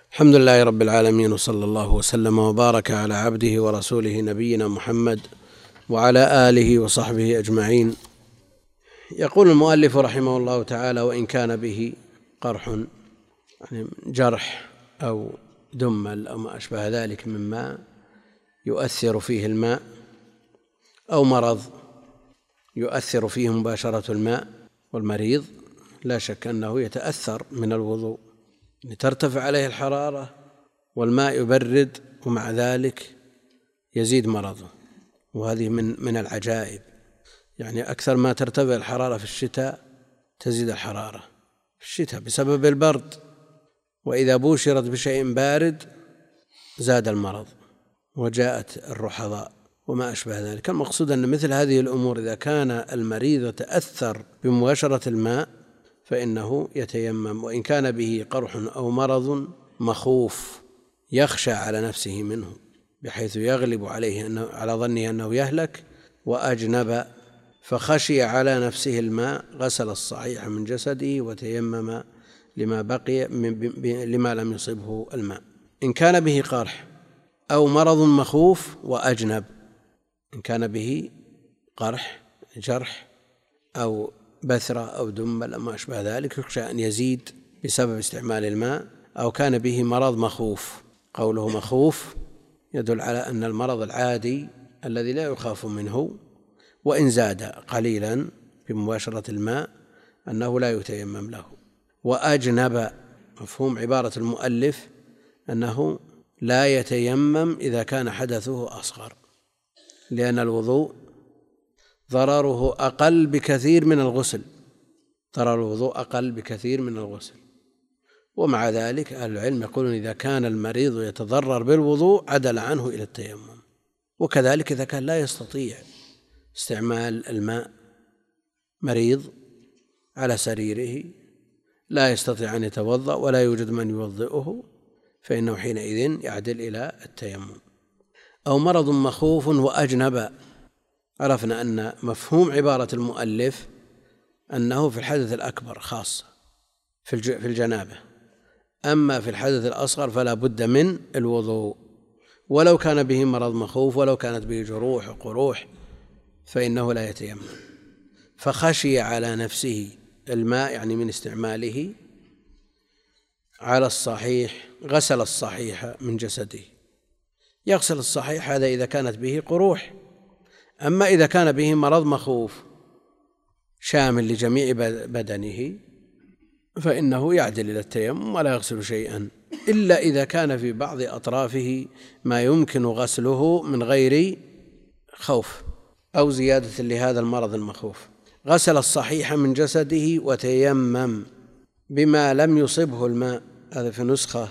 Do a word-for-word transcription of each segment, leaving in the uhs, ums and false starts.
الحمد لله رب العالمين، وصلى الله وسلم وبارك على عبده ورسوله نبينا محمد وعلى آله وصحبه أجمعين. يقول المؤلف رحمه الله تعالى: وإن كان به قرح، يعني جرح أو دمل أو ما أشبه ذلك مما يؤثر فيه الماء، أو مرض يؤثر فيه مباشرة الماء، والمريض لا شك أنه يتأثر من الوضوء، ترتفع عليه الحرارة والماء يبرد، ومع ذلك يزيد مرضه. وهذه من من العجائب، يعني أكثر ما ترتفع الحرارة في الشتاء تزيد الحرارة في الشتاء بسبب البرد، وإذا بوشرت بشيء بارد زاد المرض وجاءت الرحضاء وما أشبه ذلك. المقصود أن مثل هذه الأمور إذا كان المريض يتأثر بمباشرة الماء فإنه يتيمم، وإن كان به قرح أو مرض مخوف يخشى على نفسه منه بحيث يغلب عليه أنه على ظنه أنه يهلك، وأجنب فخشي على نفسه الماء، غسل الصحيح من جسده وتيمم لما بقي لما لم يصبه الماء. إن كان به قرح أو مرض مخوف وأجنب، إن كان به قرح جرح أو بثرة أو دمل أو ما أشبه ذلك يخشى أن يزيد بسبب استعمال الماء، أو كان به مرض مخوف. قوله مخوف يدل على أن المرض العادي الذي لا يخاف منه، وإن زاد قليلا بمباشرة الماء أنه لا يتيمم له. وأجنب مفهوم عبارة المؤلف أنه لا يتيمم إذا كان حدثه أصغر، لأن الوضوء ضرره أقل بكثير من الغسل، ضرر الوضوء أقل بكثير من الغسل. ومع ذلك أهل العلم يقولون إذا كان المريض يتضرر بالوضوء عدل عنه إلى التيمم. وكذلك إذا كان لا يستطيع استعمال الماء، مريض على سريره لا يستطيع أن يتوضأ ولا يوجد من يوضئه، فإنه حينئذ يعدل إلى التيمم. أو مرض مخوف وأجنب، عرفنا أن مفهوم عبارة المؤلف أنه في الحدث الأكبر خاصة في الجنابة، أما في الحدث الأصغر فلا بد من الوضوء، ولو كان به مرض مخوف ولو كانت به جروح وقروح فإنه لا يتيمم. فخشي على نفسه الماء يعني من استعماله على الصحيح، غسل الصحيح من جسده. يغسل الصحيح هذا إذا كانت به قروح، أما إذا كان به مرض مخوف شامل لجميع بدنه فإنه يعدل إلى التيمم ولا يغسل شيئا، إلا إذا كان في بعض أطرافه ما يمكن غسله من غير خوف أو زيادة لهذا المرض المخوف. غسل الصحيح من جسده وتيمم بما لم يصبه الماء، هذا في نسخة،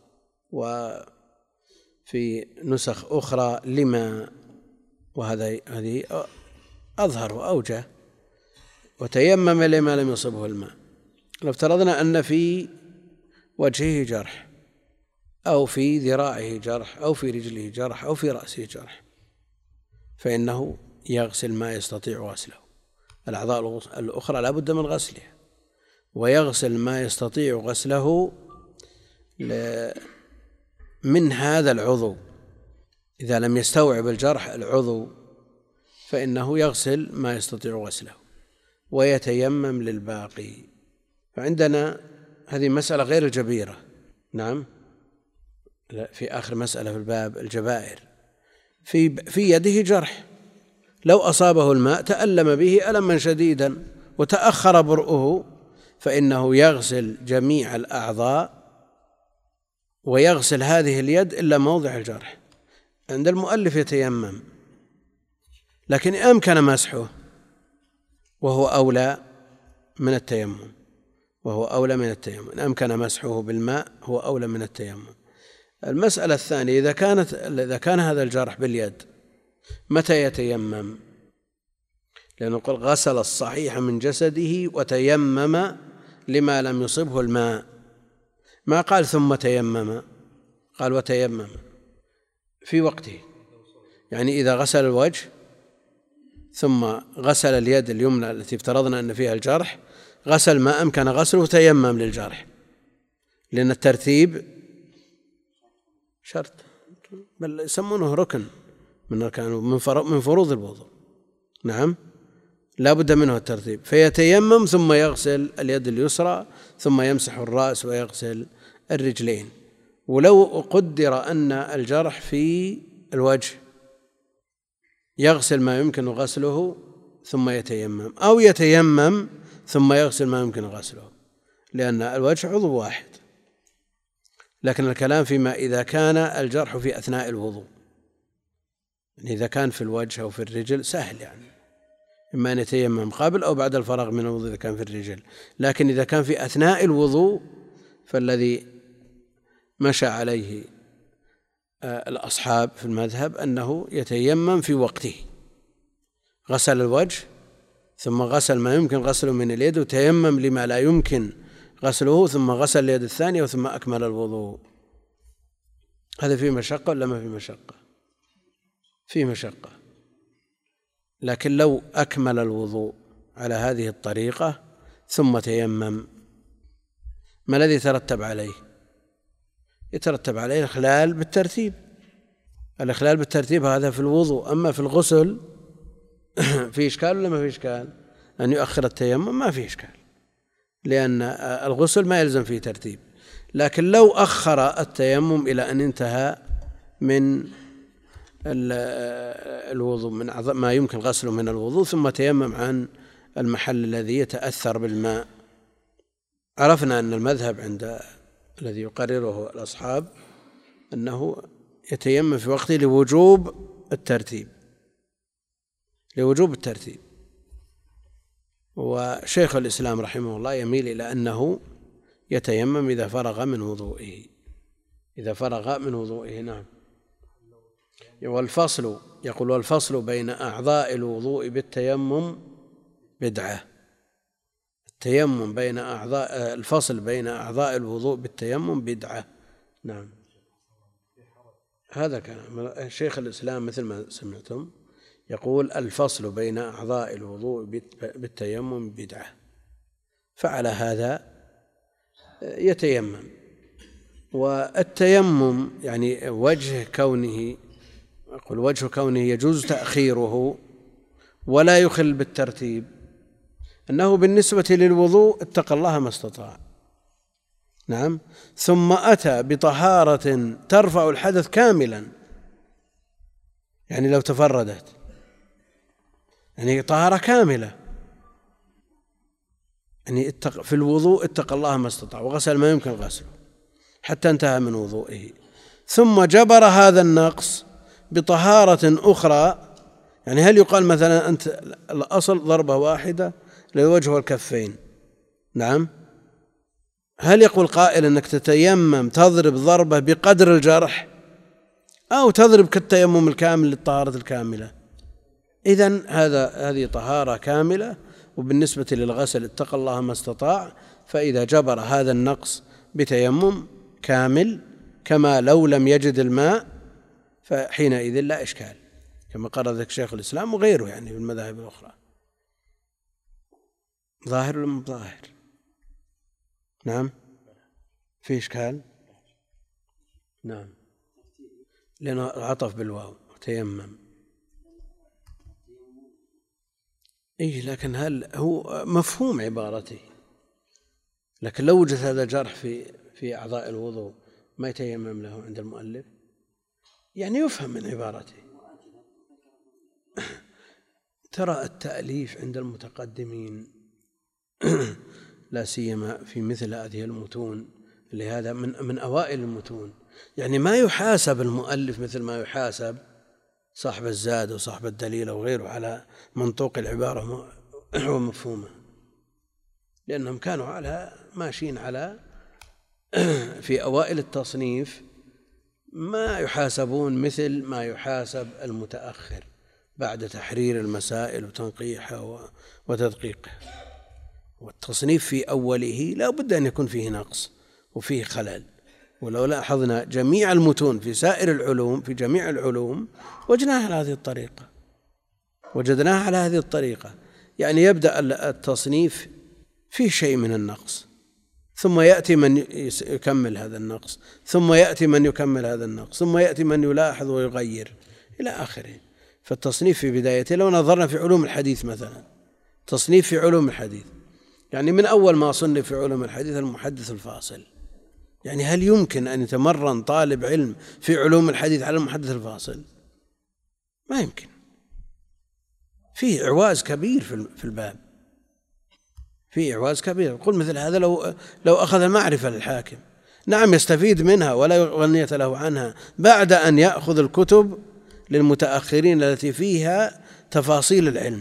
وفي نسخ أخرى لما، وهذا هذه أظهر وأوجه. وتيمم لما لم يصبه الماء. لو افترضنا أن في وجهه جرح أو في ذراعه جرح أو في رجله جرح أو في رأسه جرح، فإنه يغسل ما يستطيع غسله. الأعضاء الأخرى لا بد من غسلها، ويغسل ما يستطيع غسله من هذا العضو. إذا لم يستوعب الجرح العضو فإنه يغسل ما يستطيع غسله ويتيمم للباقي. فعندنا هذه مسألة غير الجبيرة. نعم، في آخر مسألة في الباب الجبائر، في في يده جرح، لو أصابه الماء تألم به ألما شديدا وتأخر برؤه، فإنه يغسل جميع الأعضاء ويغسل هذه اليد إلا موضع الجرح. عند المؤلف يتيمم، لكن أمكن مسحه وهو أولى من التيمم، وهو أولى من التيمم إن أمكن مسحه بالماء هو أولى من التيمم. المسألة الثانية، إذا كانت إذا كان هذا الجرح باليد متى يتيمم؟ لأنه قال غسل الصحيح من جسده وتيمم لما لم يصبه الماء، ما قال ثم تيمم، قال وتيمم في وقته. يعني إذا غسل الوجه ثم غسل اليد اليمنى التي افترضنا أن فيها الجرح، غسل ما أمكن غسله وتيمم للجرح، لأن الترتيب شرط، بل يسمونه ركن من أركان من فروض الوضوء. نعم، لا بد منه الترتيب. فيتيمم ثم يغسل اليد اليسرى ثم يمسح الرأس ويغسل الرجلين. ولو قدر أن الجرح في الوجه يغسل ما يمكن غسله ثم يتيمم، أو يتيمم ثم يغسل ما يمكن غسله، لأن الوجه عضو واحد. لكن الكلام فيما إذا كان الجرح في أثناء الوضوء، يعني إذا كان في الوجه أو في الرجل سهل، يعني إما أن يتيمم قبل أو بعد الفراغ من الوضوء إذا كان في الرجل. لكن إذا كان في أثناء الوضوء فالذي مشى عليه الأصحاب في المذهب أنه يتيمم في وقته، غسل الوجه ثم غسل ما يمكن غسله من اليد وتيمم لما لا يمكن غسله ثم غسل اليد الثانية ثم أكمل الوضوء. هذا فيه مشقة ولا ما فيه مشقة؟ فيه مشقة. لكن لو أكمل الوضوء على هذه الطريقة ثم تيمم، ما الذي يترتب عليه؟ يترتب عليه الإخلال بالترتيب. الإخلال بالترتيب هذا في الوضوء. أما في الغسل في إشكال ولا ما في إشكال؟ أن يؤخر التيمم ما في إشكال، لأن الغسل ما يلزم فيه ترتيب. لكن لو أخر التيمم إلى أن انتهى من الوضوء، من ما يمكن غسله من الوضوء، ثم تيمم عن المحل الذي يتأثر بالماء، عرفنا أن المذهب عند الذي يقرره الأصحاب أنه يتيمم في وقته لوجوب الترتيب، لوجوب الترتيب. وشيخ الإسلام رحمه الله يميل إلى أنه يتيمم إذا فرغ من وضوئه، إذا فرغ من وضوئه. نعم. والفصل يقول والفصل بين أعضاء الوضوء بالتيمم بدعة. التيمم بين أعضاء الفصل بين أعضاء الوضوء بالتيمم بدعة. نعم، هذا كلام شيخ الإسلام مثل ما سمعتم، يقول الفصل بين أعضاء الوضوء بالتيمم بدعة. فعلى هذا يتيمم. والتيمم يعني وجه كونه، أقول وجه كونه يجوز تأخيره ولا يخل بالترتيب، أنه بالنسبة للوضوء اتقى الله ما استطاع. نعم. ثم أتى بطهارة ترفع الحدث كاملا، يعني لو تفردت يعني طهارة كاملة، يعني في الوضوء اتقى الله ما استطاع وغسل ما يمكن غسله حتى انتهى من وضوئه، ثم جبر هذا النقص بطهارة أخرى. يعني هل يقال مثلا أنت الأصل ضربة واحدة للوجه والكفين؟ نعم. هل يقول قائل أنك تتيمم تضرب ضربة بقدر الجرح أو تضرب كالتيمم الكامل للطهارة الكاملة؟ إذن هذا هذه طهارة كاملة، وبالنسبة للغسل اتقى الله ما استطاع. فإذا جبر هذا النقص بتيمم كامل كما لو لم يجد الماء فحينئذ لا إشكال، كما قرر ذلك شيخ الإسلام وغيره يعني في المذاهب الأخرى. ظاهر ولا مو ظاهر؟ نعم، في إشكال. نعم، لأنه عطف بالواو تيمم. إيه، لكن هل هو مفهوم عبارته؟ لكن لو وجد هذا الجرح في في أعضاء الوضوء ما يتيمم له عند المؤلف، يعني يفهم من عبارته. ترى التأليف عند المتقدمين لا سيما في مثل هذه المتون، لهذا من من أوائل المتون، يعني ما يحاسب المؤلف مثل ما يحاسب صاحب الزاد وصاحب الدليل وغيره على منطوق العبارة ومفهومه، لأنهم كانوا على ماشيين على في أوائل التصنيف ما يحاسبون مثل ما يحاسب المتأخر بعد تحرير المسائل وتنقيحها وتدقيقها. والتصنيف في أوله لا بد أن يكون فيه نقص وفيه خلل. ولو لاحظنا جميع المتون في سائر العلوم في جميع العلوم وجدناها على هذه الطريقة وجدناها على هذه الطريقة يعني يبدأ التصنيف فيه شيء من النقص، ثم يأتي من يكمل هذا النقص، ثم يأتي من يكمل هذا النقص، ثم يأتي من يلاحظ ويغير إلى آخره. فالتصنيف في بدايته، لو نظرنا في علوم الحديث مثلا، تصنيف في علوم الحديث، يعني من أول ما صنف في علوم الحديث المحدث الفاصل، يعني هل يمكن أن يتمرن طالب علم في علوم الحديث على المحدث الفاصل؟ ما يمكن، فيه إعواز كبير في الباب، فيه إعواز كبير. قل مثل هذا لو لو أخذ المعرفة للحاكم، نعم يستفيد منها ولا غنية له عنها، بعد أن يأخذ الكتب للمتأخرين التي فيها تفاصيل العلم.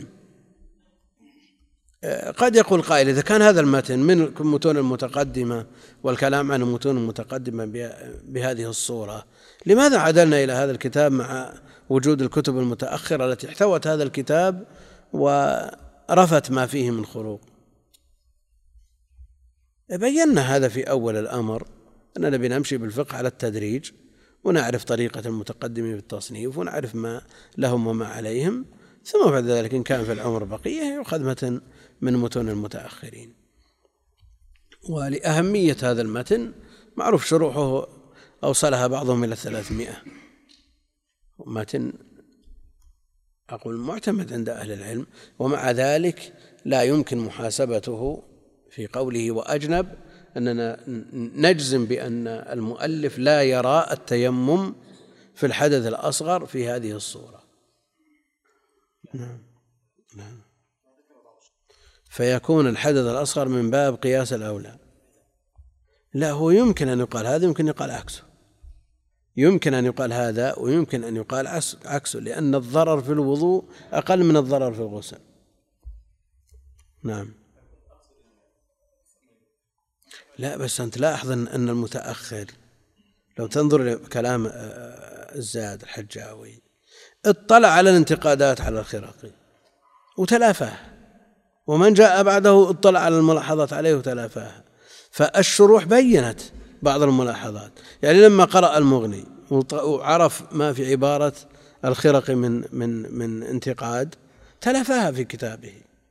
قد يقول قائل إذا كان هذا المتن من المتون المتقدمة والكلام عن المتون المتقدمة بهذه الصورة، لماذا عدلنا إلى هذا الكتاب مع وجود الكتب المتأخرة التي احتوت هذا الكتاب ورفت ما فيه من خروق؟ بينا هذا في أول الأمر، أننا نبي نمشي بالفقه على التدريج، ونعرف طريقة المتقدمين في التصنيف، ونعرف ما لهم وما عليهم، ثم بعد ذلك إن كان في العمر بقية يؤخذ متن من متون المتأخرين. ولأهمية هذا المتن معروف شروحه أوصلها بعضهم إلى ثلاثمائة، متن أقول معتمد عند أهل العلم، ومع ذلك لا يمكن محاسبته في قوله وأجنب، أننا نجزم بأن المؤلف لا يرى التيمم في الحدث الأصغر في هذه الصورة. نعم نعم. فيكون الحدث الأصغر من باب قياس الأولى. لا، هو يمكن أن يقال هذا، يمكن أن يقال عكسه، يمكن أن يقال هذا ويمكن أن يقال عكسه، لأن الضرر في الوضوء أقل من الضرر في الغسل. نعم. لا بس أنت لاحظ أن المتأخر لو تنظر لكلام الزاد الحجاوي اطلع على الانتقادات على الخرقي وتلافاه، ومن جاء بعده اطلع على الملاحظات عليه وتلافاها. فالشروح بينت بعض الملاحظات، يعني لما قرأ المغني وعرف ما في عبارة الخرقي من من من انتقاد تلافاها في كتابه.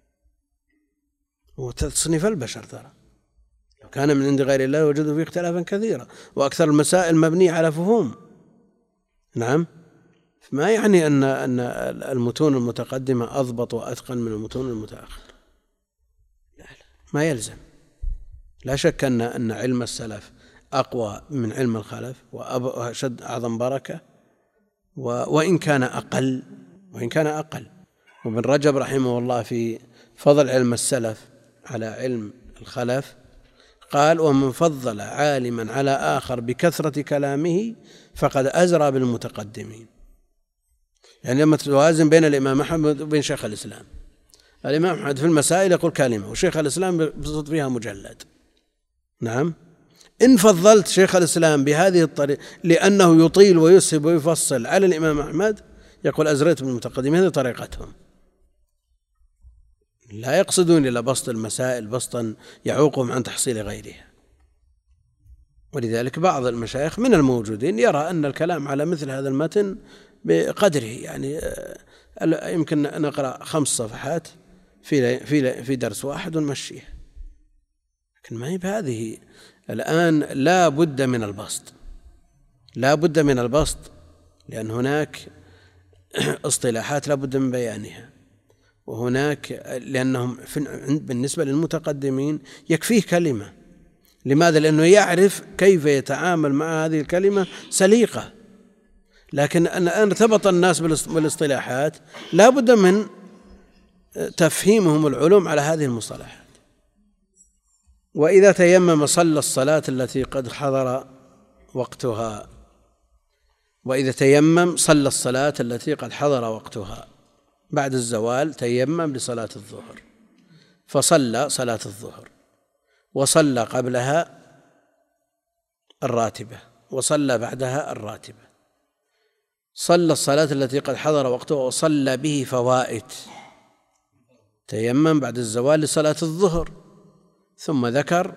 وتصنيف البشر ترى لو كان من عند غير الله وجدوا فيه اختلافا كثيرا، وأكثر المسائل مبنية على فهوم. نعم. ما يعني أن أن المتون المتقدمة أضبط وأتقن من المتون المتأخر، لا لا، ما يلزم. لا شك أن أن علم السلف أقوى من علم الخلف وأشد أعظم بركة، وإن كان أقل وإن كان أقل. وابن رجب رحمه الله في فضل علم السلف على علم الخلف قال: ومن فضل عالما على آخر بكثرة كلامه فقد أزرى بالمتقدمين. يعني لما توازن بين الإمام أحمد وبين شيخ الإسلام، الإمام أحمد في المسائل يقول كلمة، وشيخ الإسلام بسط فيها مجلد. نعم. إن فضلت شيخ الإسلام بهذه الطريقة لأنه يطيل ويسهب ويفصل على الإمام أحمد، يقول أزريت بالمتقدمين، هذه طريقتهم، لا يقصدون إلى بسط المسائل بسطا يعوقهم عن تحصيل غيرها. ولذلك بعض المشايخ من الموجودين يرى أن الكلام على مثل هذا المتن بقدره، يعني يمكن نقرأ خمس صفحات في في في درس واحد ونمشيها، لكن ما هي بهذه. الآن لا بد من البسط، لا بد من البسط، لأن هناك اصطلاحات لا بد من بيانها، وهناك لأنهم بالنسبة للمتقدمين يكفيه كلمة. لماذا؟ لأنه يعرف كيف يتعامل مع هذه الكلمة سليقة. لكن أن ارتبط الناس بالاصطلاحات لا بد من تفهيمهم العلوم على هذه المصطلحات. وإذا تيمم صلى الصلاة التي قد حضر وقتها، وإذا تيمم صلى الصلاة التي قد حضر وقتها بعد الزوال، تيمم لصلاة الظهر فصلى صلاة الظهر، وصلى قبلها الراتبة، وصلى بعدها الراتبة. صلى الصلاة التي قد حضر وقتها وصلى به فوائت، تيمم بعد الزوال لصلاة الظهر، ثم ذكر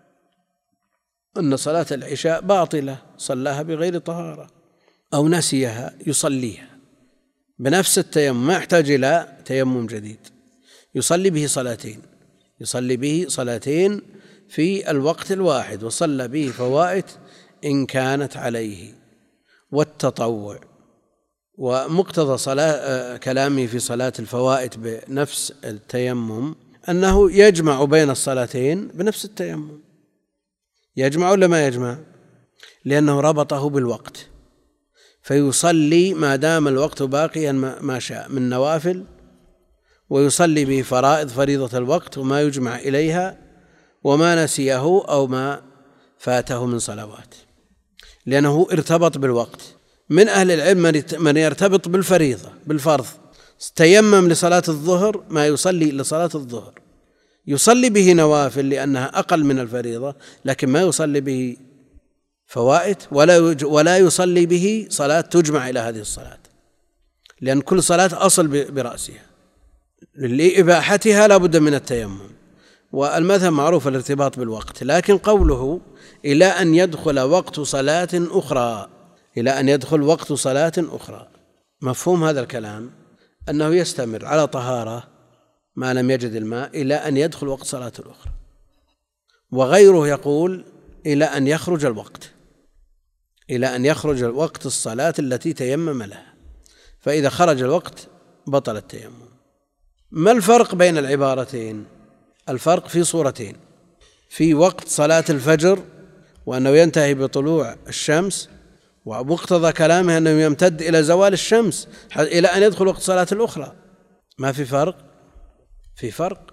أن صلاة العشاء باطلة صلاها بغير طهارة أو نسيها يصليها بنفس التيمم، ما يحتاج إلى تيمم جديد، يصلي به صلاتين، يصلي به صلاتين في الوقت الواحد، وصلى به فوائت إن كانت عليه. والتطوع، ومقتضى صلاة كلامه في صلاة الفوائت بنفس التيمم أنه يجمع بين الصلاتين بنفس التيمم. يجمع ولا ما يجمع؟ لأنه ربطه بالوقت، فيصلي ما دام الوقت باقيا ما شاء من نوافل، ويصلي به فرائض فريضة الوقت وما يجمع إليها، وما نسيه أو ما فاته من صلوات، لأنه ارتبط بالوقت. من أهل العلم من يرتبط بالفريضة بالفرض، تيمم لصلاة الظهر ما يصلي لصلاة الظهر، يصلي به نوافل لأنها أقل من الفريضة، لكن ما يصلي به فوائت، ولا ولا يصلي به صلاة تجمع إلى هذه الصلاة، لأن كل صلاة أصل برأسها، لإباحتها لا بد من التيمم. والمذهب معروف الارتباط بالوقت. لكن قوله إلى أن يدخل وقت صلاة أخرى، إلى أن يدخل وقت صلاة أخرى، مفهوم هذا الكلام أنه يستمر على طهارة ما لم يجد الماء إلى أن يدخل وقت صلاة الأخرى. وغيره يقول إلى أن يخرج الوقت، إلى أن يخرج وقت الصلاة التي تيمم لها، فإذا خرج الوقت بطل التيمم. ما الفرق بين العبارتين؟ الفرق في صورتين: في وقت صلاة الفجر وأنه ينتهي بطلوع الشمس، ومقتضى كلامه أنه يمتد إلى زوال الشمس إلى أن يدخل وقت صلاة الأخرى. ما في فرق؟ في فرق.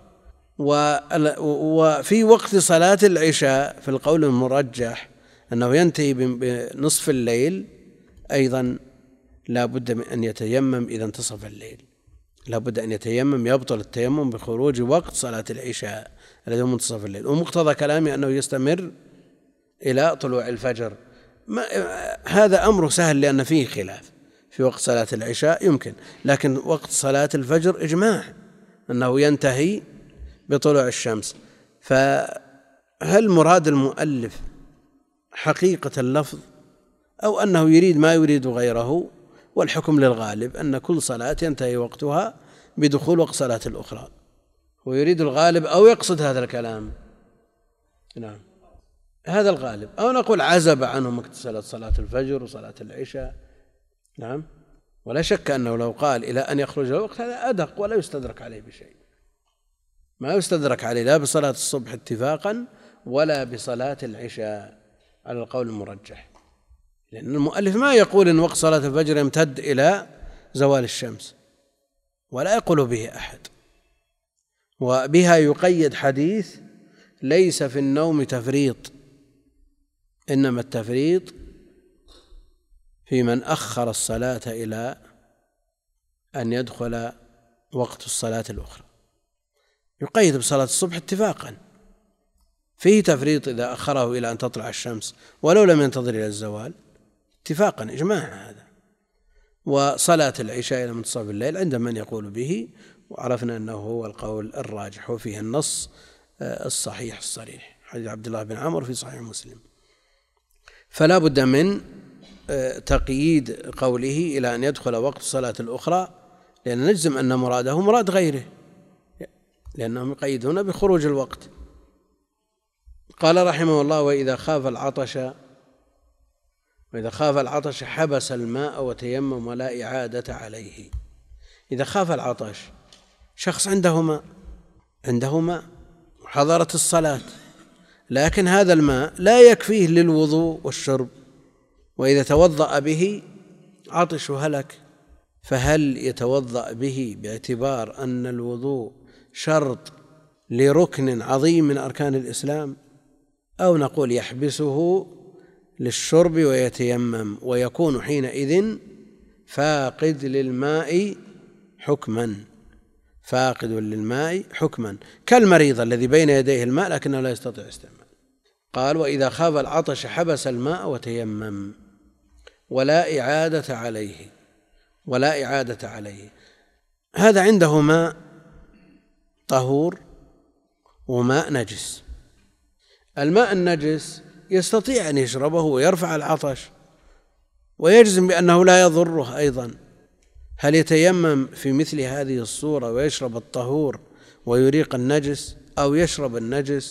وفي وقت صلاة العشاء في القول المرجح أنه ينتهي بنصف الليل، أيضا لا بد من أن يتيمم إذا انتصف الليل، لا بد أن يتيمم، يبطل التيمم بخروج وقت صلاة العشاء الذي هو منتصف الليل. ومقتضى كلامه أنه يستمر إلى طلوع الفجر. ما هذا أمر سهل لأن فيه خلاف. في وقت صلاة العشاء يمكن، لكن وقت صلاة الفجر إجماع أنه ينتهي بطلوع الشمس. فهل مراد المؤلف حقيقة اللفظ أو أنه يريد ما يريد غيره؟ والحكم للغالب أن كل صلاة ينتهي وقتها بدخول وقت صلاة الأخرى، ويريد الغالب أو يقصد هذا الكلام. نعم، هذا الغالب. أو نقول عزب عنهم اغتسالة صلاة الفجر وصلاة العشاء. نعم، ولا شك أنه لو قال إلى أن يخرج الوقت هذا أدق ولا يستدرك عليه بشيء، ما يستدرك عليه لا بصلاة الصبح اتفاقا ولا بصلاة العشاء على القول المرجح، لأن المؤلف ما يقول إن وقت صلاة الفجر يمتد إلى زوال الشمس، ولا يقول به أحد. وبها يقيد حديث ليس في النوم تفريط، إنما التفريط في من أخر الصلاة إلى أن يدخل وقت الصلاة الأخرى. يقيد بصلاة الصبح اتفاقا، فيه تفريط إذا أخره إلى أن تطلع الشمس ولو لم ينتظر إلى الزوال اتفاقا، إجماع هذا. وصلاة العشاء إلى منتصف الليل عند من يقول به، وعرفنا أنه هو القول الراجح وفيه النص الصحيح الصريح، حديث عبد الله بن عمرو في صحيح مسلم. فلا بد من تقييد قوله إلى أن يدخل وقت الصلاة الأخرى، لأن نجزم أن مراده مراد غيره، لأنهم يقيدون بخروج الوقت. قال رحمه الله: وإذا خاف العطش وإذا خاف العطش حبس الماء وتيمم ولا إعادة عليه. إذا خاف العطش، شخص عنده ماء عنده ماء وحضرت الصلاة، لكن هذا الماء لا يكفيه للوضوء والشرب، وإذا توضأ به عطش هلك، فهل يتوضأ به باعتبار أن الوضوء شرط لركن عظيم من أركان الإسلام، أو نقول يحبسه للشرب ويتيمم ويكون حينئذ فاقد للماء حكما فاقد للماء حكما كالمريض الذي بين يديه الماء لكنه لا يستطيع استعمال. قال: وإذا خاف العطش حبس الماء وتيمم ولا إعادة عليه ولا إعادة عليه. هذا عنده ماء طهور وماء نجس. الماء النجس يستطيع أن يشربه ويرفع العطش ويجزم بأنه لا يضره أيضا. هل يتيمم في مثل هذه الصورة ويشرب الطهور ويريق النجس، أو يشرب النجس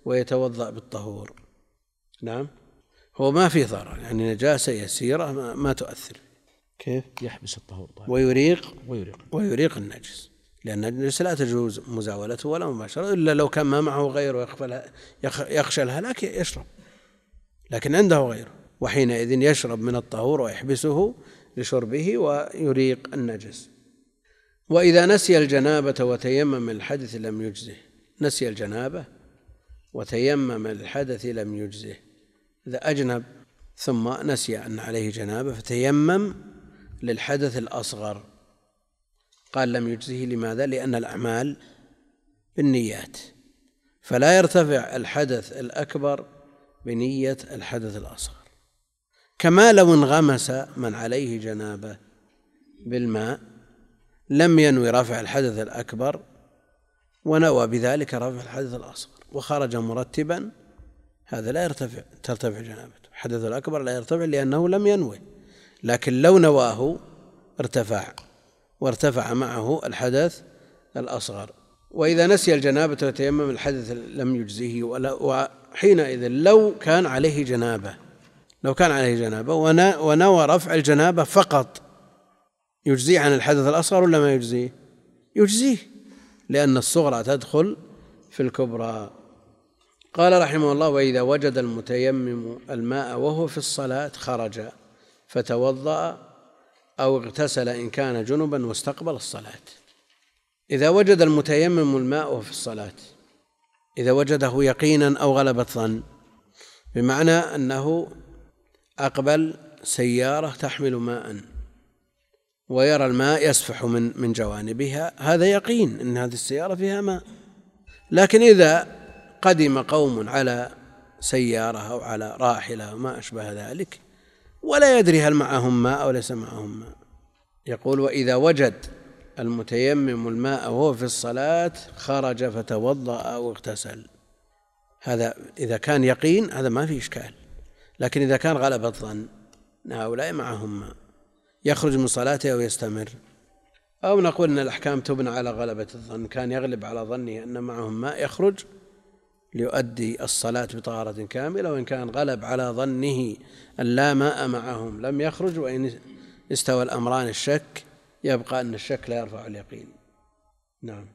ويتوضأ بالطهور. نعم، هو ما في ضرر، يعني نجاسة يسيرة ما, ما تؤثر. كيف يحبس الطهور طيب. ويريق ويريق ويريق النجس، لأن النجس لا تجوز مزاولته ولا مباشرة، إلا لو كان ما معه غيره يخشى الهلاك يشرب، لكن عنده غيره، وحينئذ يشرب من الطهور ويحبسه لشربه ويريق النجس. وإذا نسي الجنابة وتيمم الحدث لم يجزه. نسي الجنابة وتيمم الحدث لم يجزه، إذا أجنب ثم نسي أن عليه جنابة فتيمم للحدث الأصغر قال لم يجزه. لماذا؟ لأن الأعمال بالنيات، فلا يرتفع الحدث الأكبر بنية الحدث الأصغر. كما لو انغمس من عليه جنابة بالماء لم ينوي رفع الحدث الأكبر ونوى بذلك رفع الحدث الأصغر وخرج مرتبا، هذا لا يرتفع ترتفع جنابته. الحدث الأكبر لا يرتفع لأنه لم ينوي، لكن لو نواه ارتفع وارتفع معه الحدث الأصغر. وإذا نسي الجنابة وتيمم الحدث لم يجزه. وحينئذ لو كان عليه جنابة لو كان عليه جنابة ونوى رفع الجنابة فقط يجزيه عن الحدث الأصغر ولا ما يجزيه؟ يجزيه، لأن الصغرى تدخل في الكبرى. قال رحمه الله: وإذا وجد المتيمم الماء وهو في الصلاة خرج فتوضأ أو اغتسل إن كان جنبا واستقبل الصلاة. إذا وجد المتيمم الماء وهو في الصلاة، إذا وجده يقينا أو غلبة ظن، بمعنى أنه أقبل سيارة تحمل ماء ويرى الماء يسفح من من جوانبها، هذا يقين أن هذه السيارة فيها ماء. لكن إذا قدم قوم على سيارة أو على راحلة وما أشبه ذلك ولا يدري هل معهم ماء أو ليس معهم ماء، يقول: وإذا وجد المتيمم الماء وهو في الصلاة خرج فتوضأ أو اغتسل. هذا إذا كان يقين هذا ما في إشكال. لكن إذا كان غلبة ظن هؤلاء معهم ماء، يخرج من صلاته أو يستمر. أو نقول أن الأحكام تبنى على غلبة الظن، كان يغلب على ظنه أن معهم ماء يخرج ليؤدي الصلاة بطهارة كاملة، وإن كان غلب على ظنه أن لا ماء معهم لم يخرج. وإن استوى الأمران الشك يبقى أن الشك لا يرفع اليقين. نعم.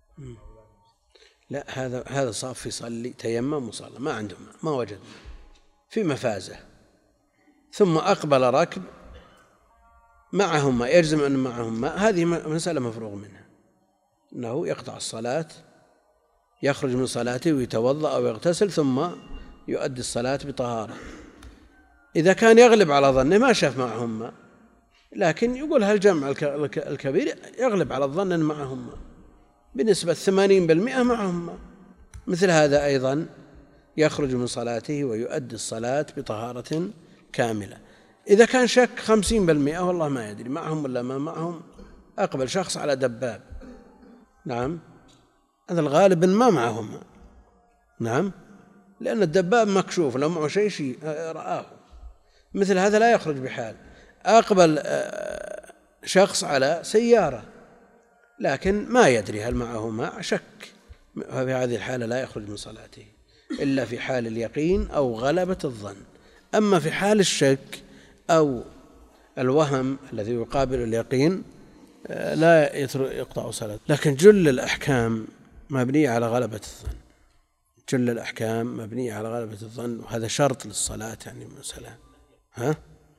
لا، هذا هذا صاف يصلي تيمم وصلى ما عنده ماء، ما وجد في مفازة، ثم أقبل ركب معهم ماء، يجزم أن معهم ماء، هذه مسألة مفروغ منها، أنه يقطع الصلاة، يخرج من صلاته ويتوضأ أو يغتسل ثم يؤدي الصلاة بطهارة. إذا كان يغلب على ظنه ما شاف معهم ماء، لكن يقول هالجمع الكبير يغلب على الظن أن معهم ماء بنسبة ثمانين بالمئة معهم ماء، مثل هذا أيضا يخرج من صلاته ويؤدي الصلاة بطهارة كاملة. إذا كان شك خمسين بالمئة والله ما يدري معهم ولا ما معهم، أقبل شخص على دباب، نعم، هذا الغالب ما معهم ماء، نعم، لأن الدباب مكشوف لو معه شيء شيء رآه، مثل هذا لا يخرج بحال. أقبل شخص على سيارة لكن ما يدري هل معه ماء، شك، ففي هذه الحالة لا يخرج من صلاته إلا في حال اليقين أو غلبة الظن. أما في حال الشك أو الوهم الذي يقابل اليقين لا يقطع صلاته. لكن جل الأحكام مبنية على غلبة الظن، جل الأحكام مبنية على غلبة الظن، وهذا شرط للصلاة يعني مثلا، ها؟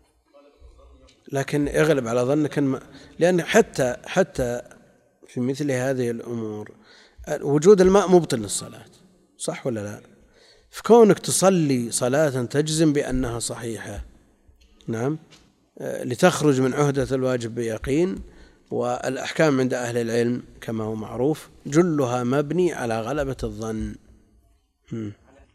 لكن يغلب على ظنك الم... لأن حتى حتى في مثل هذه الأمور وجود الماء مبطل للصلاة، صح ولا لا؟ في كونك تصلي صلاة تجزم بأنها صحيحة، نعم، لتخرج من عهدة الواجب بيقين. والأحكام عند أهل العلم كما هو معروف جلها مبني على غلبة الظن. هم.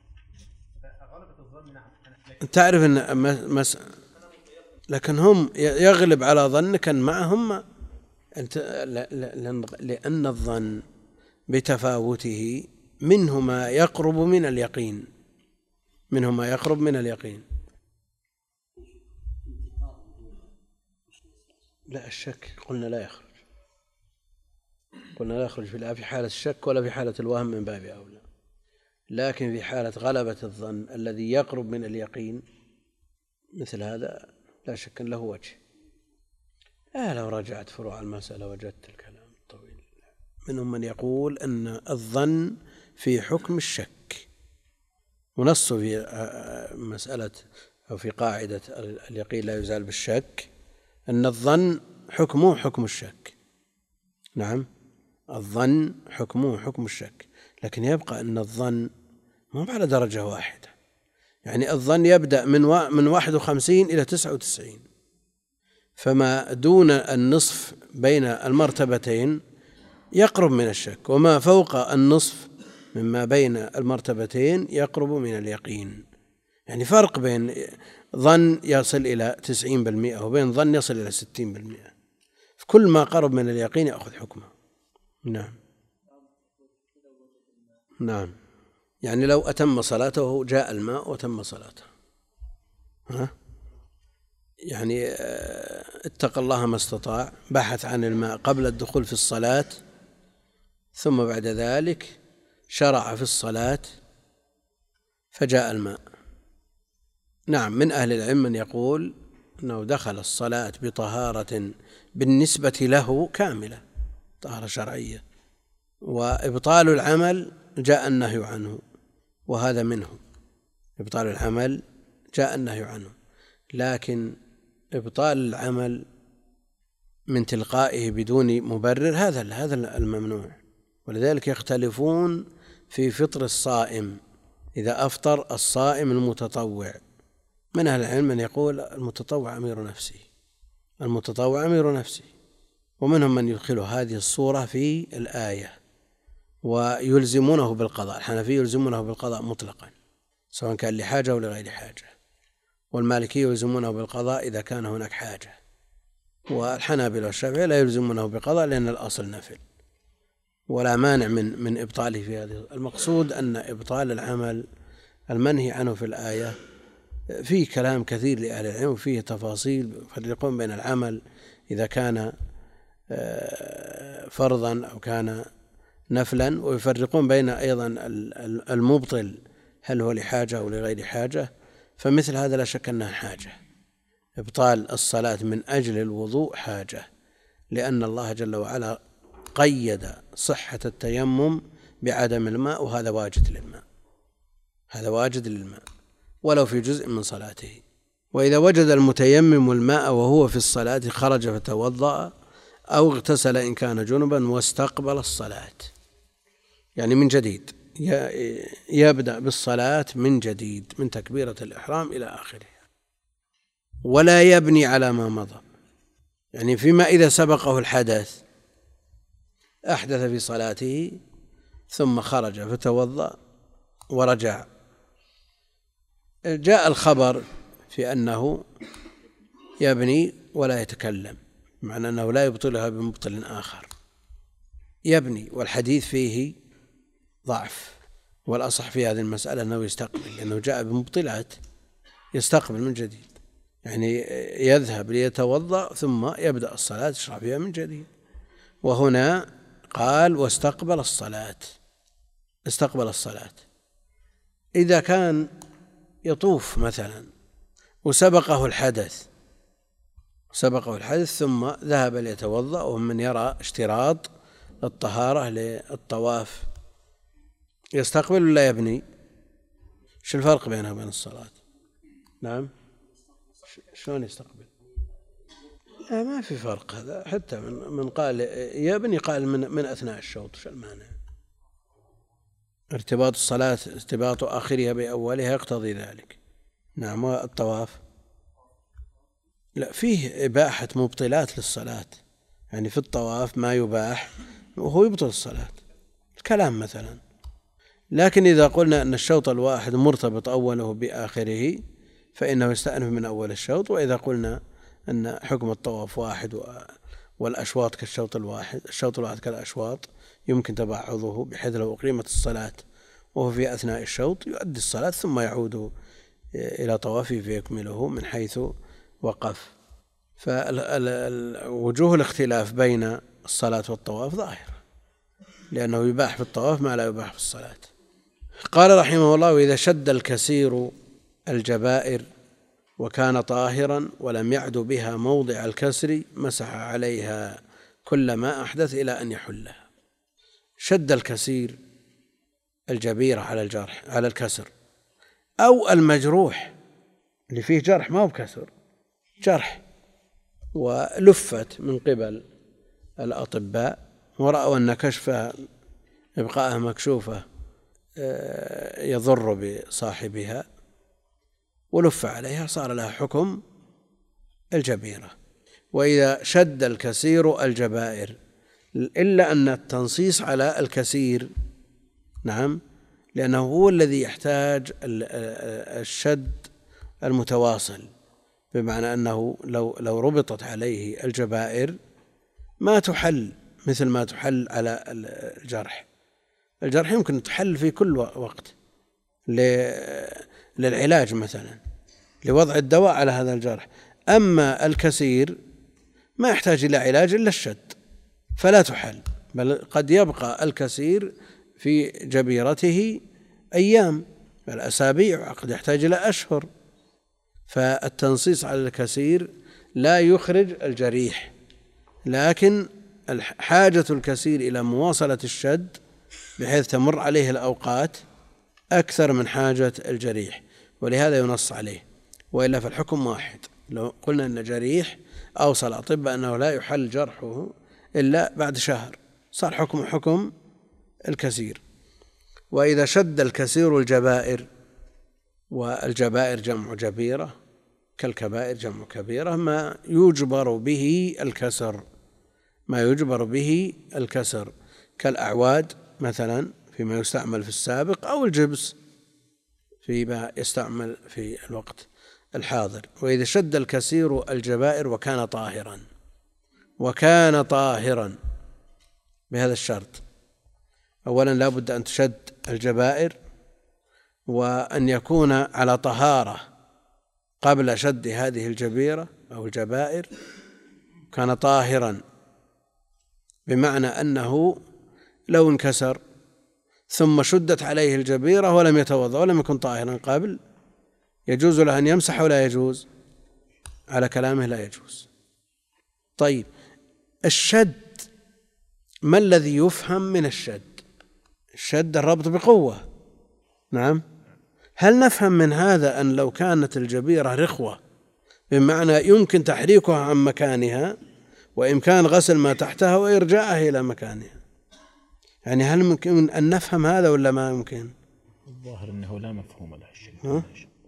تعرف أن مس... لكن هم يغلب على ظنك أن معهم أنت، لأن الظن بتفاوته منه ما يقرب من اليقين، منه ما يقرب من اليقين. لا، الشك قلنا لا يخرج، قلنا لا يخرج لا في حالة الشك ولا في حالة الوهم من باب أولى، لكن في حالة غلبة الظن الذي يقرب من اليقين مثل هذا لا شك له وجه. آه لو رجعت فروع المسألة وجدت الكلام الطويل. منهم من يقول أن الظن في حكم الشك، ونص في مسألة أو في قاعدة اليقين لا يزال بالشك أن الظن حكمه حكم الشك. نعم، الظن حكمه حكم الشك، لكن يبقى أن الظن ما على درجة واحدة. يعني الظن يبدأ من من واحد وخمسين إلى تسعة وتسعين، فما دون النصف بين المرتبتين يقرب من الشك، وما فوق النصف مما بين المرتبتين يقرب من اليقين. يعني فرق بين ظن يصل إلى تسعين بالمئة وبين ظن يصل إلى ستين بالمئة. كل ما قرب من اليقين يأخذ حكمه. نعم نعم. يعني لو أتم صلاته جاء الماء وتم صلاته، ها؟ يعني اتقى الله ما استطاع، بحث عن الماء قبل الدخول في الصلاة، ثم بعد ذلك شرع في الصلاة فجاء الماء. نعم، من أهل العلم من يقول أنه دخل الصلاة بطهارة بالنسبة له كاملة، طهارة شرعية، وإبطال العمل جاء النهي عنه، وهذا منه. إبطال العمل جاء النهي عنه، لكن إبطال العمل من تلقائه بدون مبرر هذا هذا الممنوع. ولذلك يختلفون في فطر الصائم إذا أفطر الصائم المتطوع. من أهل العلم من يقول المتطوع أمير نفسه، المتطوع أمير نفسه، ومنهم من يدخل هذه الصورة في الآية ويلزمونه بالقضاء. الحنفية يلزمونه بالقضاء مطلقا سواء كان لحاجة أو لغير حاجة، والمالكية يلزمونه بالقضاء إذا كان هناك حاجة، والحنابلة والشافعية لا يلزمونه بالقضاء لأن الأصل نفل، ولا مانع من من إبطاله في هذه. المقصود أن إبطال العمل المنهي عنه في الآية فيه كلام كثير لأهل العلم، وفيه تفاصيل يفرقون بين العمل إذا كان فرضا أو كان نفلا، ويفرقون بين أيضا المبطل هل هو لحاجة أو لغير حاجة. فمثل هذا لا شك أنها حاجة. إبطال الصلاة من أجل الوضوء حاجة، لأن الله جل وعلا قيد صحة التيمم بعدم الماء، وهذا واجد للماء، هذا واجد للماء ولو في جزء من صلاته. وإذا وجد المتيمم الماء وهو في الصلاة خرج فتوضأ أو اغتسل إن كان جنبا واستقبل الصلاة، يعني من جديد يبدأ بالصلاة من جديد من تكبيرة الإحرام إلى آخره، ولا يبني على ما مضى. يعني فيما إذا سبقه الحدث، أحدث في صلاته ثم خرج فتوضأ ورجع، جاء الخبر في أنه يبني ولا يتكلم، معنى أنه لا يبطلها بمبطل آخر، يبني، والحديث فيه ضعف، والأصح في هذه المسألة أنه يستقبل، لأنه جاء بمبطلات، يستقبل من جديد، يعني يذهب ليتوضأ ثم يبدأ الصلاة يشرع فيها من جديد. وهنا قال واستقبل الصلاة، استقبل الصلاة. إذا كان يطوف مثلا وسبقه الحدث سبقه الحدث ثم ذهب ليتوضأ، ومن يرى اشتراط الطهارة للطواف، يستقبل ولا يبني؟ شو الفرق بينها وبين الصلاة؟ نعم، شلون يستقبل؟ لا ما في فرق هذا، حتى من من قال يبني قال من من أثناء الشوط، شو المانع؟ ارتباط الصلاة ارتباط آخرها بأولها يقتضي ذلك. نعم. والطواف لا، فيه إباحة مبطلات للصلاة، يعني في الطواف ما يباح وهو يبطل الصلاة، الكلام مثلا. لكن إذا قلنا أن الشوط الواحد مرتبط أوله بآخره فإنه يستأنف من أول الشوط. وإذا قلنا أن حكم الطواف واحد والأشواط كالشوط الواحد، الشوط الواحد كالأشواط يمكن تبعضه، بحيث لو أقيمت الصلاة وهو في أثناء الشوط يؤدي الصلاة ثم يعود إلى طوافه فيكمله من حيث وقف. فوجوه الاختلاف بين الصلاة والطواف ظاهرة، لأنه يباح في الطواف ما لا يباح في الصلاة. قال رحمه الله: وإذا شد الكثير الجبائر وكان طاهرا ولم يعد بها موضع الكسر مسح عليها كل ما أحدث إلى أن يحلها. شد الكثير الجبيرة على الجرح على الكسر، أو المجروح اللي فيه جرح ما هو بكسر، جرح ولفت من قبل الأطباء ورأوا أن كشفها إبقاءها مكشوفة يضر بصاحبها ولف عليها، صار لها حكم الجبيرة. وإذا شد الكثير الجبائر، إلا أن التنصيص على الكثير، نعم، لأنه هو الذي يحتاج الشد المتواصل، بمعنى أنه لو لو ربطت عليه الجبائر ما تحل مثل ما تحل على الجرح. الجرح يمكن تحل في كل وقت للعلاج مثلا، لوضع الدواء على هذا الجرح. أما الكثير ما يحتاج إلى علاج إلا الشد، فلا تحل، بل قد يبقى الكثير في جبيرته أيام بل أسابيع، قد يحتاج إلى أشهر. فالتنصيص على الكثير لا يخرج الجريح، لكن حاجة الكثير إلى مواصلة الشد بحيث تمر عليه الأوقات أكثر من حاجة الجريح، ولهذا ينص عليه. وإلا فالحكم واحد. لو قلنا أن جريح أوصى الأطباء أنه لا يحل جرحه إلا بعد شهر، صار حكم حكم الكثير. وإذا شد الكثير الجبائر، والجبائر جمع جبيرة، كالكبائر جمع كبيرة، ما يجبر به الكسر، ما يجبر به الكسر كالأعواد مثلا فيما يستعمل في السابق، أو الجبس فيما يستعمل في الوقت الحاضر. وإذا شد الكثير الجبائر وكان طاهرا، وكان طاهرا بهذا الشرط: أولا لا بد أن تشد الجبائر، وأن يكون على طهارة قبل شد هذه الجبيرة أو الجبائر. كان طاهرا بمعنى أنه لو انكسر ثم شدت عليه الجبيرة ولم يتوضأ ولم يكن طاهرا قبل، يجوز له أن يمسح ولا يجوز؟ على كلامه لا يجوز. طيب، الشد ما الذي يفهم من الشد؟ الشد الربط بقوة، نعم. هل نفهم من هذا أن لو كانت الجبيرة رخوة بمعنى يمكن تحريكها عن مكانها وإمكان غسل ما تحتها وإرجاعها إلى مكانها؟ يعني هل ممكن أن نفهم هذا ولا ما يمكن؟ الظاهر أنه لا مفهوم له الشيء. ها؟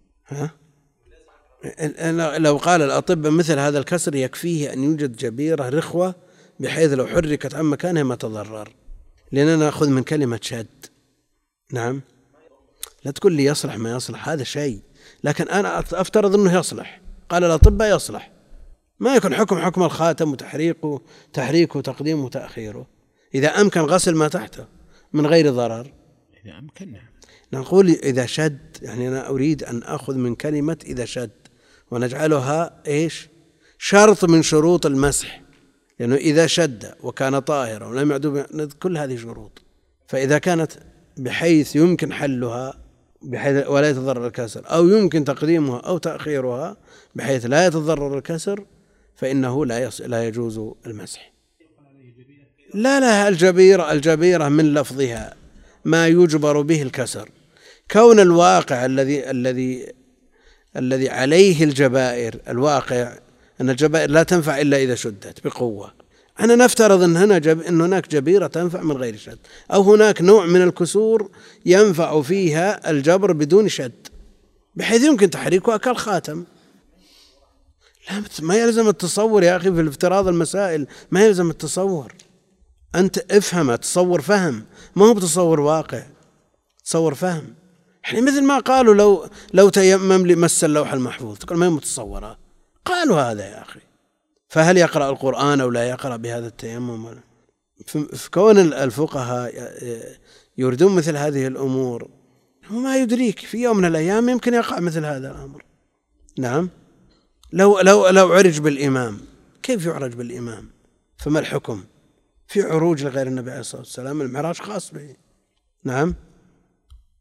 ها؟ لو قال الأطباء مثل هذا الكسر يكفيه أن يوجد جبيرة رخوة بحيث لو حركت عن مكانها ما تضرر، لأننا نأخذ من كلمة شد، نعم. لا تقول لي يصلح ما يصلح، هذا شيء، لكن أنا أفترض أنه يصلح. قال الأطباء يصلح، ما يكون حكم حكم الخاتم وتحريقه تحريكه وتقديمه وتأخيره إذا أمكن غسل ما تحته من غير ضرر. إذا أمكن، نعم. نقول إذا شد، يعني أنا أريد أن أخذ من كلمة إذا شد ونجعلها إيش؟ شرط من شروط المسح، لأنه يعني إذا شد وكان طاهرا ولم يعدو، كل هذه شروط. فإذا كانت بحيث يمكن حلها بحيث ولا يتضرر الكسر، أو يمكن تقديمها أو تأخيرها بحيث لا يتضرر الكسر، فإنه لا لا يجوز المسح. لا لا الجبيرة الجبيرة من لفظها ما يجبر به الكسر. كون الواقع الذي الذي الذي عليه الجبائر، الواقع أن الجبائر لا تنفع إلا إذا شدت بقوة. أنا نفترض أن هنا جب أن هناك جبيرة تنفع من غير شد، أو هناك نوع من الكسور ينفع فيها الجبر بدون شد بحيث يمكن تحريكها كالخاتم. لا، ما يلزم التصور يا أخي في الافتراض المسائل، ما يلزم التصور. أنت افهم، تصور فهم، ما هو بتصور واقع، تصور فهم. يعني مثل ما قالوا لو لو تيمم لمس اللوح المحفوظ، تقول ما هي متصورة. قالوا هذا يا أخي، فهل يقرأ القرآن أو لا يقرأ بهذا التيمم؟ في كون الفقهاء يردون مثل هذه الأمور، وما يدريك في يوم من الأيام يمكن يقع مثل هذا الأمر. نعم، لو لو لو عرج بالإمام، كيف يعرج بالإمام؟ فما الحكم في عروج لغير النبي عليه الصلاة والسلام؟ المعراج خاص به، نعم.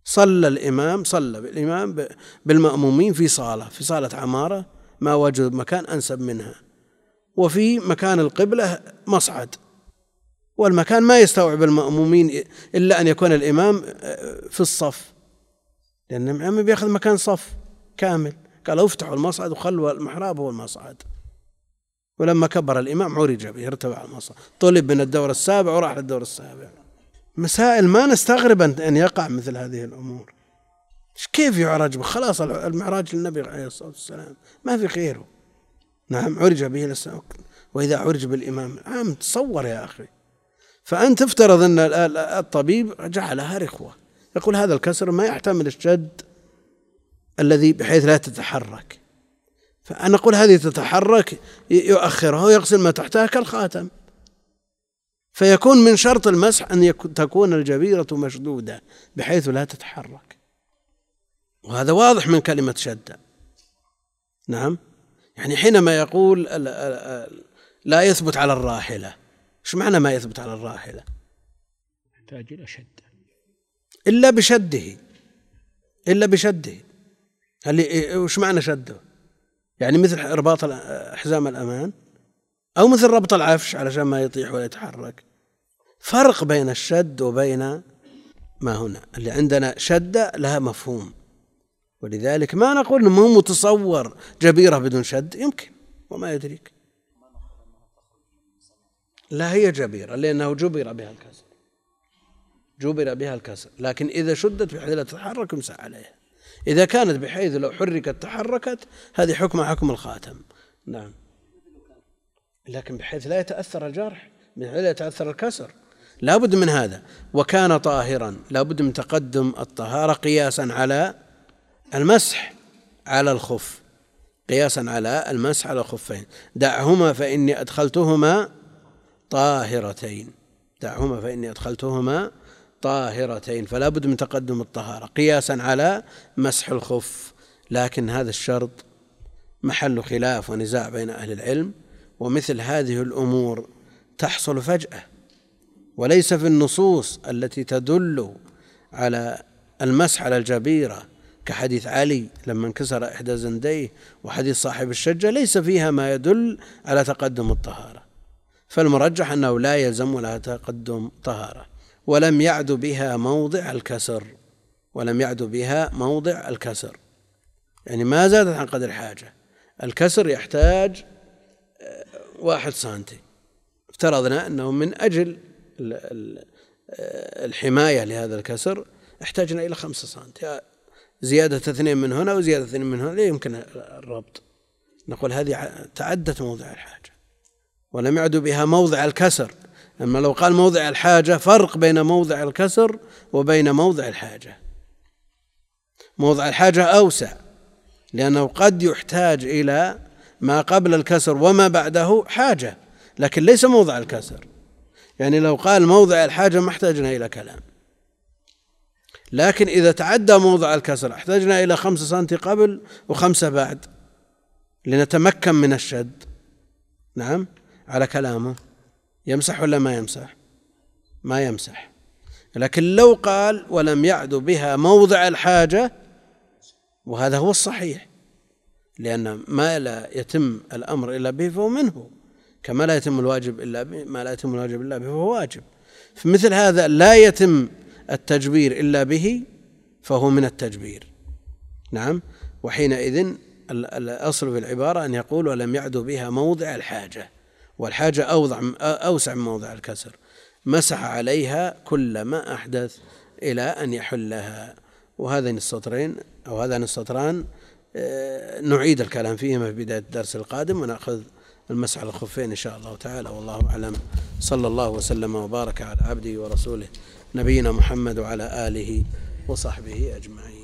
صلى الإمام صلى بالإمام بالمأمومين في صالة في صالة عمارة ما وجد مكان أنسب منها، وفي مكان القبلة مصعد، والمكان ما يستوعب المأمومين إلا أن يكون الإمام في الصف، لأن الإمام بيأخذ مكان صف كامل. قالوا افتحوا المصعد وخلوا المحراب هو المصعد. ولما كبر الإمام عرج به ارتفع المصعد، طلب من الدور السابع وراح للدور السابع. مسائل ما نستغرب أن يقع مثل هذه الأمور. كيف يعرج به؟ خلاص المعراج للنبي عليه الصلاة والسلام ما في غيره. نعم عرج به للسماء، وإذا عرج بالإمام عام تصور يا أخي. فأنت تفترض أن الطبيب جعلها رخوة، يقول هذا الكسر ما يحتمل الشد الذي بحيث لا تتحرك، فأنا أقول هذه تتحرك يؤخرها ويغسل ما تحتها كالخاتم، فيكون من شرط المسح أن تكون الجبيرة مشدودة بحيث لا تتحرك، وهذا واضح من كلمة شدة. نعم، يعني حينما يقول لا يثبت على الراحلة، إيش معنى ما يثبت على الراحلة؟ يحتاج إلى شد، إلا بشده إلا بشده هل وش معنى شده؟ يعني مثل رباط حزام الأمان أو مثل ربط العفش علشان ما يطيح ولا يتحرك. فرق بين الشد وبين ما هنا. اللي عندنا شدة لها مفهوم، ولذلك ما نقول إنه مو متصور جبيرة بدون شد، يمكن وما يدريك. لا هي جبيرة لأنه جبر بها الكسر جبر بها الكسر لكن إذا شدت بحيث لا تتحرك يمسح عليها. إذا كانت بحيث لو حركت تحركت هذه حكم حكم الخاتم. نعم، لكن بحيث لا يتأثر الجرح، بحيث لا يتأثر الكسر، لا بد من هذا. وكان طاهرا، لا بد من تقدم الطهارة قياسا على المسح على الخف، قياسا على المسح على الخفين. دعهما فإني أدخلتهما طاهرتين دعهما فإني أدخلتهما طاهرتين فلا بد من تقدم الطهارة قياسا على مسح الخف. لكن هذا الشرط محل خلاف ونزاع بين أهل العلم، ومثل هذه الأمور تحصل فجأة، وليس في النصوص التي تدل على المسح على الجبيرة كحديث علي لما انكسر إحدى زنديه وحديث صاحب الشجة ليس فيها ما يدل على تقدم الطهارة. فالمرجح أنه لا يلزم لها تقدم طهارة. ولم يعد بها موضع الكسر ولم يعد بها موضع الكسر يعني ما زادت عن قدر الحاجة. الكسر يحتاج واحد سنتي، افترضنا أنه من أجل الحماية لهذا الكسر احتاجنا إلى خمسة سنتي، زيادة اثنين من هنا وزيادة اثنين من هنا لا يمكن الربط. نقول هذه تعدت موضع الحاجة ولم يعد بها موضع الكسر. أما لو قال موضع الحاجة فرق بين موضع الكسر وبين موضع الحاجة. موضع الحاجة أوسع لأنه قد يحتاج إلى ما قبل الكسر وما بعده حاجة، لكن ليس موضع الكسر. يعني لو قال موضع الحاجة ما احتاجنا إلى كلام، لكن إذا تعدى موضع الكسر احتاجنا إلى خمسة سنتي قبل وخمسة بعد لنتمكن من الشد. نعم، على كلامه يمسح ولا ما يمسح؟ ما يمسح. لكن لو قال ولم يعد بها موضع الحاجة، وهذا هو الصحيح، لأن ما لا يتم الأمر إلا به فهو منه، كما لا يتم الواجب إلا به ما لا يتم الواجب إلا به فهو واجب. فمثل هذا لا يتم التجبير إلا به فهو من التجبير. نعم، وحينئذ الأصل في العبارة أن يقول ولم يعد بها موضع الحاجة، والحاجة أوسع من موضع الكسر، مسح عليها كلما أحدث إلى أن يحلها. وهذين السطرين أو هذان السطران نعيد الكلام فيهما في بداية الدرس القادم، ونأخذ المسح على الخفين إن شاء الله تعالى. والله أعلم، صلى الله وسلم وبارك على عبده ورسوله نبينا محمد وعلى آله وصحبه أجمعين.